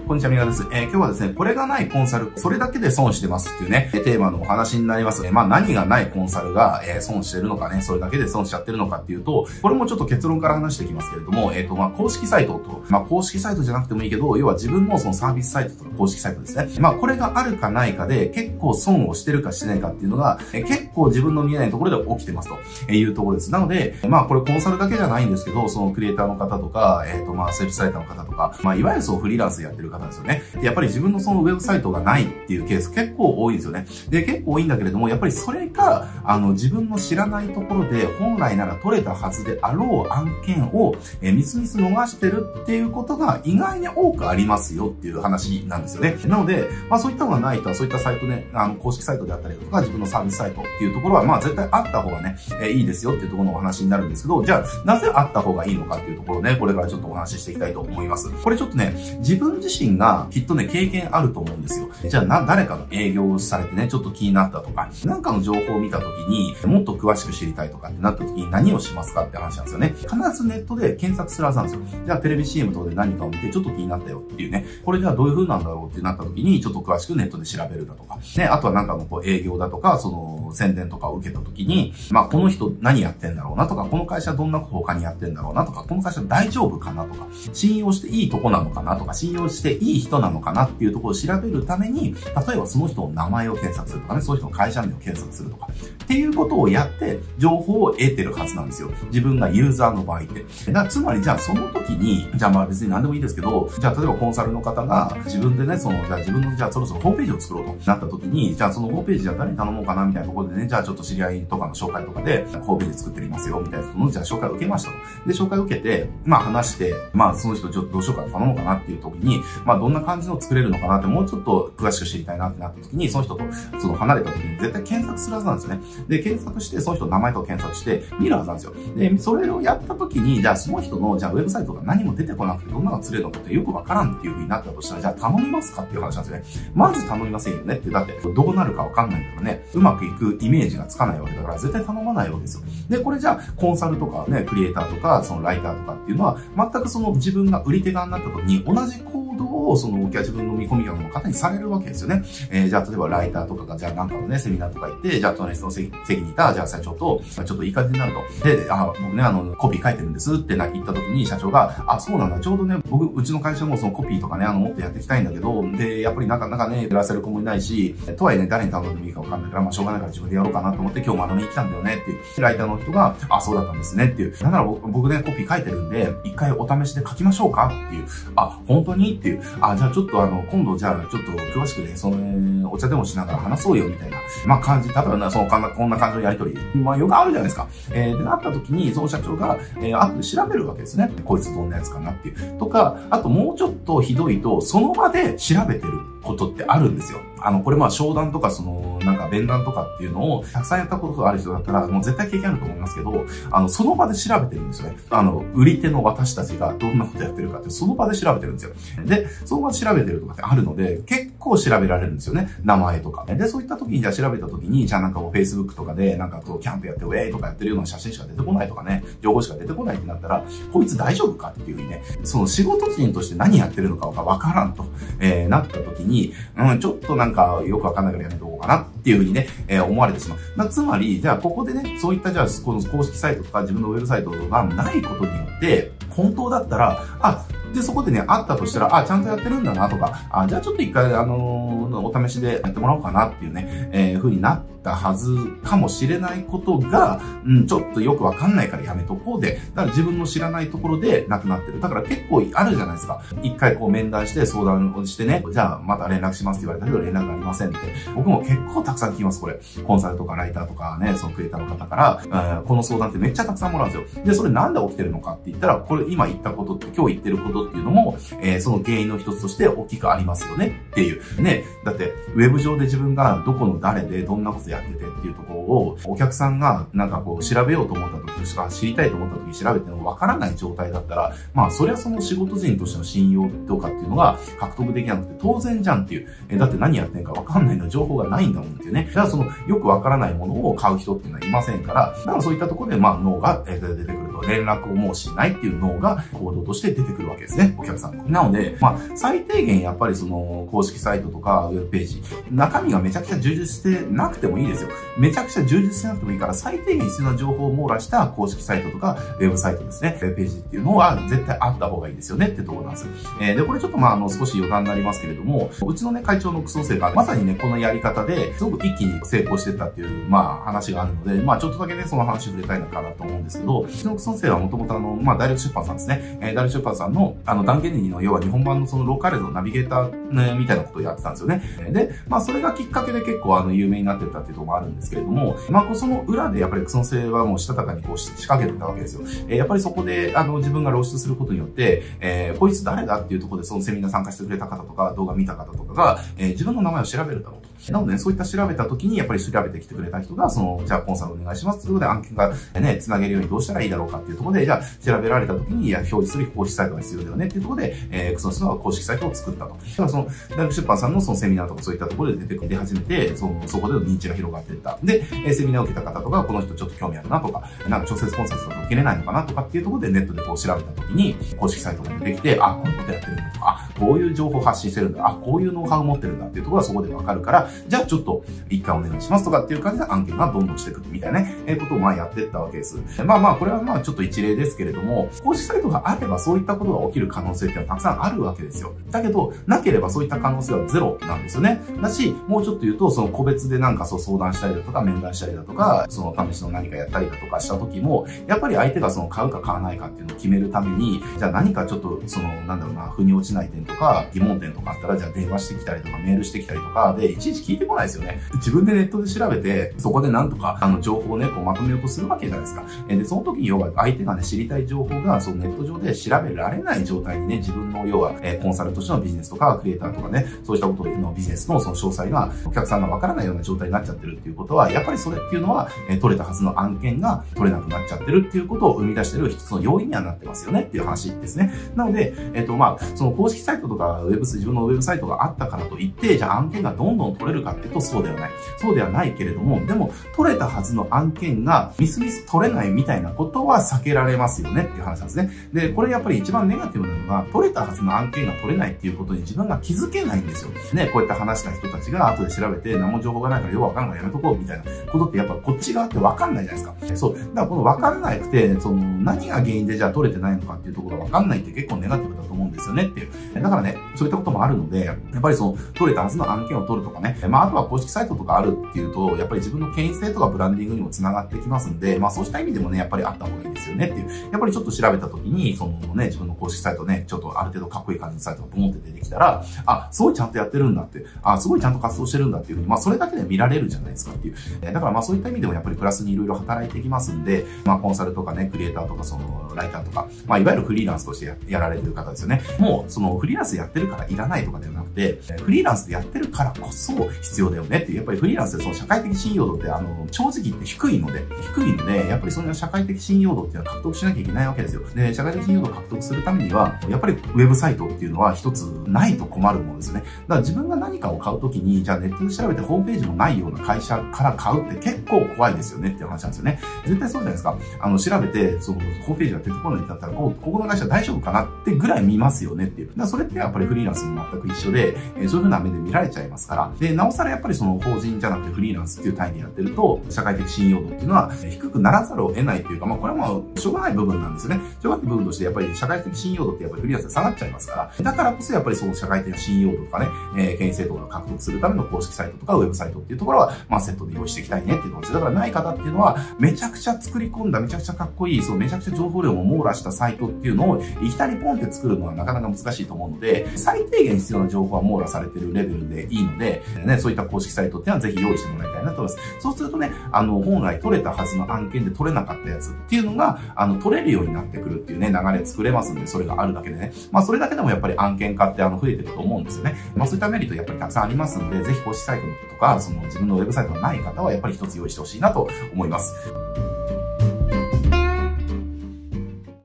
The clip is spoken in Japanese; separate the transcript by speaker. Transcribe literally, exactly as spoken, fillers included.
Speaker 1: こんにちは、みなです。えー、今日はですね、これがないコンサル、それだけで損してますっていうね、テーマのお話になります。まあ何がないコンサルが、えー、損してるのかね、それだけで損しちゃってるのかっていうと、これもちょっと結論から話していきますけれども、えっと、まあ公式サイトと、まあ公式サイトじゃなくてもいいけど、要は自分のそのサービスサイトとか公式サイトですね。まあこれがあるかないかで、結構損をしてるかしてないかっていうのが、えー、結構自分の見えないところで起きてますというところです。なので、まあこれコンサルだけじゃないんですけど、そのクリエイターの方とか、えっと、まあセールスライターの方とか、まあいわゆるそうフリーランスでやってる方ですよね。やっぱり自分のそのウェブサイトがないっていうケース結構多いんですよね。で、結構多いんだけれども、やっぱりそれが、あの、自分の知らないところで、本来なら取れたはずであろう案件を、えー、みすみす逃してるっていうことが意外に多くありますよっていう話なんですよね。なので、まあそういったのがない人は、そういったサイトね、あの、公式サイトであったりとか、自分のサービスサイトっていうところは、まあ絶対あった方がね、えー、いいですよっていうところのお話になるんですけど、じゃあ、なぜあった方がいいのかっていうところね、これからちょっとお話ししていきたいと思います。これちょっとね、自分自身がきっとね、経験あると思うんですよ。じゃあな、誰かの営業をされてね、ちょっと気になったとか、なんかの情報を見たときに、もっと詳しく知りたいとかってなったときに何をしますかって話なんですよね。必ずネットで検索するはずなんですよ。じゃあテレビ シーエム とかで何かを見てちょっと気になったよっていうね、これじゃあどういう風なんだろうってなったときに、ちょっと詳しくネットで調べるだとか、ね、あとはなんかのこう営業だとか、その宣伝とかを受けたときに、まあこの人何やってんだろうなとか、この会社どんなこと他にやってんだろうなとか、この会社大丈夫かなとか、信用していいとこなのかなとか、信用していい人なのかなっていうところを調べるために、例えばその人の名前を検索するとかね、その人の会社名を検索するとか、っていうことをやって、情報を得てるはずなんですよ。自分がユーザーの場合って。だからつまりじゃあその時に、じゃあまあ別に何でもいいですけど、じゃあ例えばコンサルの方が自分でね、その、じゃあ自分のじゃあそろそろホームページを作ろうとなった時に、じゃあそのホームページじゃあ誰に頼もうかなみたいなところでね、じゃあちょっと知り合いとかの紹介とかで、ホームページ作ってみますよ、みたいな人の、じゃあ紹介を受けましたと。で、紹介を受けて、まあ話して、まあその人ちょっとどうしようか頼もうかなっていう時に、まあどんな感じの作れるのかなってもうちょっと詳しく知りたいなってなった時に、その人とその離れた時に絶対検索するはずなんですよね。で、検索して、その人の名前とか検索して見るはずなんですよ。で、それをやった時に、じゃあその人の、じゃあウェブサイトが何も出てこなくてどんなのが釣れるのかってよくわからんっていう風になったとしたら、じゃあ頼みますかっていう話なんですよね。まず頼みませんよねって、だってどうなるかわかんないからね、うまくいくイメージがつかないわけだから絶対頼まないわけですよ。で、これじゃあコンサルとかね、クリエイターとか、そのライターとかっていうのは、全くその自分が売り手側になった時に同じ行動をその自分の見込み客の方にされるわけですよね。えー、じゃあ例えばライターとかが、じゃあなんかのね、セミナーとか行って、じゃあ隣の席にいた、じゃあ社長と、ちょっといい感じになると。で、あ、僕ね、あの、コピー書いてるんですってな言った時に社長が、あ、そうなんだ、ちょうどね、僕、うちの会社もそのコピーとかね、あの、もっとやっていきたいんだけど、で、やっぱりなかなかね、やらせる子もいないし、とはいえね、誰に頼んでもいいかわかんないから、まあしょうがないから自分でやろうかなと思って今日学びに来たんだよねっていう、ライターの人が、あ、そうだったんですねっていう、なんなら僕ね、コピー書いてるんで、一回お試しで書きましょうかっていう、あ、本当にっていう、あ、じゃあちょっとあの、今度じゃあちょっと詳しくね、その、お茶でもしながら話そうよみたいな、まあ感じ、例えばな、その、こんな感じのやりとり、まあよくあるじゃないですか。えー、で、なった時に、その社長が、えー、後で調べるわけですね。こいつどんなやつかなっていう。とか、あともうちょっとひどいと、その場で調べてることってあるんですよ。あの、これまあ商談とかその、なんか弁談とかっていうのをたくさんやったことがある人だったら、もう絶対経験あると思いますけど、あの、その場で調べてるんですよね。あの、売り手の私たちがどんなことやってるかって、その場で調べてるんですよ。で、その場で調べてるとかってあるので、結構調べられるんですよね。名前とか。で、そういった時に、じゃあ調べた時に、じゃあなんかこう Facebook とかで、なんかこうキャンプやって、ウェイとかやってるような写真しか出てこないとかね、情報しか出てこないってなったら、こいつ大丈夫かっていうふうにね、その仕事人として何やってるのかがわからんと、えー、なった時に、うん、ちょっとなんかよくわかんないからやめとこうかなっていうふうにね、えー、思われてしまう。まあ、つまり、じゃあここでね、そういったじゃあこの公式サイトとか自分のウェブサイトがないことによって、本当だったら、あ、で、そこでね、あったとしたら、あ、ちゃんとやってるんだなとか、あ、じゃあちょっと一回、あのー、お試しでやってもらおうかなっていうね、えー、風になったはずかもしれないことが、うん、ちょっとよくわかんないからやめとこうで、だから自分の知らないところでなくなってる。だから結構あるじゃないですか。一回こう面談して相談をしてね、じゃあまた連絡しますって言われたけど連絡がありませんって。僕も結構たくさん聞きます、これ。コンサルとかライターとかね、そのクリエイターの方から、えー、この相談ってめっちゃたくさんもらうんですよ。で、それなんで起きてるのかって言ったら、これ今言ったことって、今日言ってることっていうのも、えー、その原因の一つとして大きくありますよねっていう。ね。だって、ウェブ上で自分がどこの誰でどんなことやっててっていうところを、お客さんがなんかこう調べようと思った時としか知りたいと思った時に調べてもわからない状態だったら、まあそりゃその仕事人としての信用とかっていうのが獲得できなくて当然じゃんっていう。えー、だって何やってんかわかんないの情報がないんだもんっていうね。だからそのよくわからないものを買う人っていうのはいませんから、だからそういったところでまあ脳が出てくると。 連絡をもうしないっていう脳が行動として出てくるわけですね、お客さんの。なので、まあ、最低限やっぱりその、公式サイトとかウェブページ、中身がめちゃくちゃ充実してなくてもいいですよ。めちゃくちゃ充実してなくてもいいから、最低限必要な情報を網羅した公式サイトとか、ウェブサイトですね、ウェブページっていうのは絶対あった方がいいですよねっていうところなんですよ。えー、で、これちょっとまあ、あの、少し余談になりますけれども、うちのね、会長のクソ生が、まさにね、このやり方ですごく一気に成功してったっていう、まあ、話があるので、まあ、ちょっとだけね、その話触れたいのかなと思うんですけど、うちのクソ生はもともとあの、まあ、大学出版さんですね。えー、大学出版さんの、あの、ダン・ケネディの、要は日本版のそのローカルのナビゲーター、ね、みたいなことをやってたんですよね。で、まあ、それがきっかけで結構あの、有名になってったっていうところもあるんですけれども、まあ、その裏でやっぱりクソ生はもうしたたかにこう仕掛けてたわけですよ。えー、やっぱりそこで、あの、自分が露出することによって、えー、こいつ誰だっていうところでそのセミナー参加してくれた方とか、動画見た方とかが、えー、自分の名前を調べるだろうと。なので、ね、そういった調べた時に、やっぱり調べてきてくれた人が、その、じゃあコンサルお願いしますということで案件がね、繋げるようにどうしたらいいだろうかっていうところで、じゃあ調べられた時に、いや、表示する公式サイトが必要だよねっていうところで、えー、クソの公式サイトを作ったと。だからその、大学出版さんのそのセミナーとかそういったところで出て、出始めて、その、そこでの認知が広がっていった。で、えー、セミナーを受けた方とか、この人ちょっと興味あるなとか、なんか直接コンサルとか受けれないのかなとかっていうところでネットでこう調べた時に、公式サイトが出てきて、あ、こういうことやってるんだとか、あ、こういう情報発信してるんだ、あ、こういうノウハウを持ってるんだっていうところがそこでわかるから、じゃあちょっと一回お願いしますとかっていう感じで案件がどんどんしてくるみたいなね、えー、ことをまあやっていったわけです。まあまあ、これはまあちょっと一例ですけれども、公式サイトがあればそういったことが起きる可能性っていうのはたくさんあるわけですよ。だけど、なければそういった可能性はゼロなんですよね。だし、もうちょっと言うと、その個別でなんかそう相談したりだとか、面談したりだとか、その試しの何かやったりだとかした時も、やっぱり相手がその買うか買わないかっていうのを決めるために、じゃあ何かちょっとその、なんだろうな、腑に落ちない点とか、疑問点とかあったら、じゃあ電話してきたりとか、メールしてきたりとか、で、いちいち聞いてこないですよね。自分でネットで調べて、そこでなんとか、あの、情報をね、こうまとめようとするわけじゃないですか。で、その時に要は相手がね、知りたい情報が、そのネット上で調べられない状態にね、自分の要は、えー、コンサルとしてのビジネスとか、クリエイターとかね、そういったことのビジネスのその詳細が、お客さんがわからないような状態になっちゃってるっていうことは、やっぱりそれっていうのは、えー、取れたはずの案件が取れなくなっちゃってるっていうことを生み出してる一つの要因にはなってますよねっていう話ですね。なので、えっと、まあ、その公式サイトとか、ウェブ、自分のウェブサイトがあったからといって、じゃあ案件がどんどん取れるかっていうと、そうではない。そうではないけれども、でも、取れたはずの案件が、ミスミス取れないみたいなことは避けられますよねっていう話なんですね。で、これやっぱり一番ネガティブなのが、取れたはずの案件が取れないっていうことに自分が気づけないんですよ。ね、こうやって話した人たちが後で調べて、何も情報がないからよくわかんないからやめとこうみたいなことってやっぱこっち側ってわかんないじゃないですか。そう。だからこのわかんなくて、その何が原因でじゃあ取れてないのかっていうところがわかんないって結構ネガティブだと思うんですよねっていう。だからね、そういったこともあるので、やっぱりその取れたはずの案件を取るとかね、まああとは公式サイトとかあるっていうと、やっぱり自分の権威性とかブランディングにもつながってきますんで、まあそうした意味でもね、やっぱりあった方がいいですよねっていう。やっぱりちょっと調べた時に、そのね、自分の公式サイトね、ちょっとある程度かっこいい感じのサイトがボンって出てきたら、あ、すごいちゃんとやってるんだって、あ、すごいちゃんと活動してるんだっていうふうに、まあそれだけで見られるじゃないですかっていう。だからまあそういった意味でもやっぱりプラスにいろいろ働いてきますんで、まあコンサルとかね、クリエイターとかそのライターとか、まあいわゆるフリーランスとして や, やられてる方ですよね。もうそのフリーランスでやってるからいらないとかではなくて、フリーランスでやってるからこそ必要だよねっていう、やっぱりフリーランスでその社会的信用度ってあの、正直言って低いので、低いので、やっぱりそんな社会的信用度っていうのは獲得しなきゃいけないわけですよ。で、社会的信用度を獲得するためには、やっぱりウェブサイトっていうのは一つないと困るものですよね。だから自分が何かを買うときに、じゃあネットで調べてホームページもないような会社から買うって結構怖いですよねっていう話なんですよね。絶対そうじゃないですか。あの、調べて、その、ホームページが出てこないんだったら、こう、ここの会社大丈夫かなってぐらい見ますよねっていう。だからそれってやっぱりフリーランスも全く一緒で、えー、そういう風な目で見られちゃいますから。で、なおさらやっぱりその法人じゃなくてフリーランスっていう単位でやってると、社会的信用度っていうのは低くならざるを得ないっていうか、まあこれはもうしょうがない部分なんですよね。しょうがない部分としてやっぱり社会的信用度ってやっぱりフリーランスで下がっちゃいますから。だからこそやっぱりその社会的信用度とかね、えー、権威性とかを獲得するための公式サイトとかウェブサイトっていうところは、まあセットで用意していきたいねっていうところです。だからない方っていうのは、めちゃくちゃ作り込んだ、めちゃくちゃかっこいい、そうめちゃくちゃ情報量も網羅したサイトっていうのをいきなりポンって作るのはなかなか難しいと思うので、最低限必要な情報は網羅されてるレベルでいいので、ね、そういった公式サイトっていうのはぜひ用意してもらいたいなと思います。そうするとね、あの、本来取れたはずの案件で取れなかったやつっていうのが、あの、取れるようになってくるっていうね、流れ作れますんで、それがあるだけでね。まあ、それだけでもやっぱり案件化ってあの、増えてると思うんですよね。まあ、そういったメリットやっぱりたくさんありますんで、ぜひ公式サイトとか、その自分のウェブサイトがない方はやっぱり一つ用意してほしいなと思います。